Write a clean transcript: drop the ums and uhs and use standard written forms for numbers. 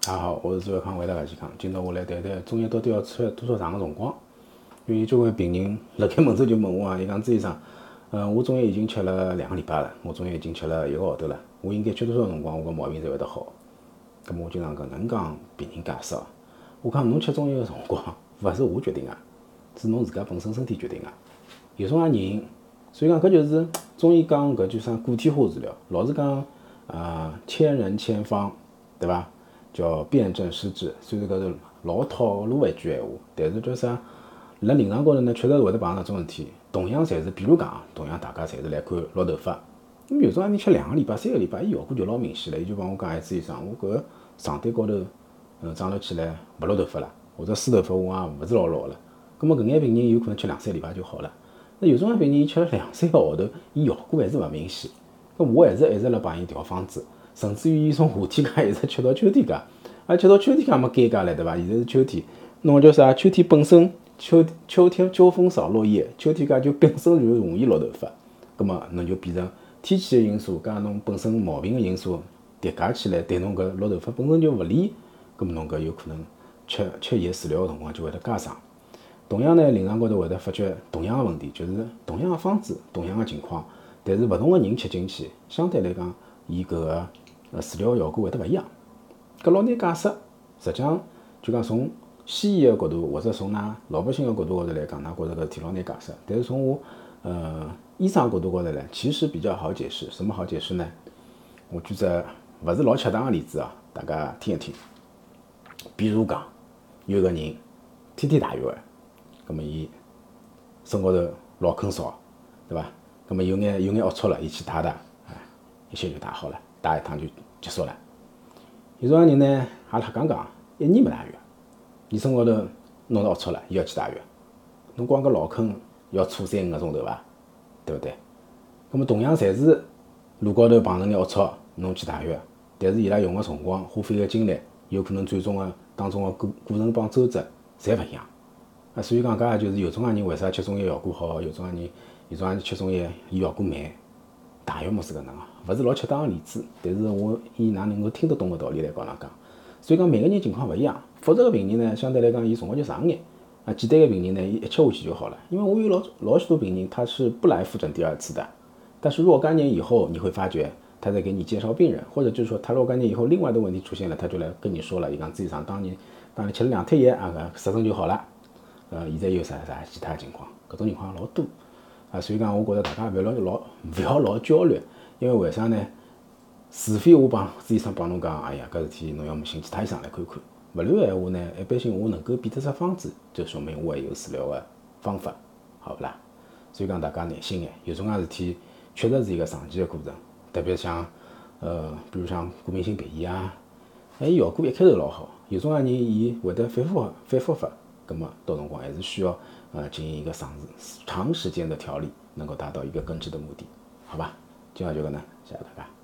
大家好，我是朱小康，为大家健康。今朝我来谈谈中药到底要吃多少长的辰光。因为有交关病人辣盖门诊就问我啊，伊讲朱医生，我中药已经吃了2个礼拜了，我中药已经吃了1个号头了，我应该吃多少辰光我个毛病才会得好？咁么我经常讲，能讲病人解释哦。我讲侬吃中药个辰光，勿是我决定啊，是侬自家本身身体决定啊。有种人，所以讲搿就是中医讲搿叫啥个体化治疗，老是讲千人千方，对伐？叫辨证施治，虽然搿是老套路一句闲话，但是叫啥？辣临床高头呢，确实会得碰到搿种事体。同样侪是，比如讲，同样大家侪是来看落头发，咁有种人吃2个礼拜、3个礼拜，伊效果就老明显了。伊就帮我讲，朱医生，我搿个床单高头，长了起来勿落头发了，或者梳头发我也勿是老牢了。咁么搿眼病人有可能吃2、3个礼拜就好了。那有种病人伊吃了2、3个号头，伊效果还是勿明显。咁我还是一直辣帮伊调方子，甚至于伊从夏天介一直吃到秋天介，吃到秋天介没尴尬了，对伐？现在是秋天，侬叫啥？秋天本身秋风扫落叶，秋天介就本身就容易落头发，咁么侬就变成天气的因素加侬本身毛病的因素叠加起来，对侬搿落头发本身就勿利，咁么侬搿有可能吃药治疗的辰光就会得加长。同样呢，临床高头会得发觉同样的问题，就是同样的方子、同样的情况，但是勿同的人吃进去，相对来讲，伊搿个治疗效果会得勿一样。搿老难解释。实际上，就讲从西医的角度，或者从㑚老百姓的角度高头来讲，㑚觉着搿事体老难解释。但是从我医生角度高头来，其实比较好解释。什么好解释呢？我举只勿是老恰当的例子啊，大家听一听。比如讲，有个人天天汏浴的。咁么伊身高头老坑少，对伐？咁么有眼龌龊了，伊去汏，一歇就汏好了，汏一趟就结束了。有种人呢，也瞎讲讲，1年没汏浴，伊身高头弄得龌龊了，伊要去汏浴，侬光搿老坑要搓3、5个钟头伐？对勿对？咁么同样侪是路高头碰着眼龌龊，侬去汏浴，但是伊拉用个辰光、花费个精力，有可能最终个当中个过程帮周折侪勿一样。所以讲，搿也就是有种人为啥吃中药效果好，有种人吃中药伊效果慢，大约莫是搿能啊，勿是老恰当个例子，但是我以㑚能够听得懂个道理来告㑚讲。所以讲每个人情况勿一样，复杂个病人呢，相对来讲伊辰光就长眼，简单个病人呢，伊一吃下去就好了。因为我有老许多病人，他是不来复诊第2次的，但是若干年以后，你会发觉他在给你介绍病人，或者就是说他若干年以后另外的问题出现了，他就来跟你说了，伊讲朱医生，当你吃了2贴药实证就好了。现在有啥其他情况？搿种情况老多所以讲，我觉着大家勿要老焦虑，因为为啥呢？除非我朱医生帮侬讲，哎呀，搿事体侬要么寻其他医生来看看。勿然个闲话呢，一般性我能够变得出方子，就说明我还有治疗个方法，好勿啦？所以讲大家耐心眼，有种事体确实是一个长期个过程，特别像比如像过敏性鼻炎啊，伊效果一开头老好，有种人伊会得反复发。咁么到辰光还是需要进行一个长时间的调理，能够达到一个根治的目的，好吧？今朝就搿能，谢谢大家。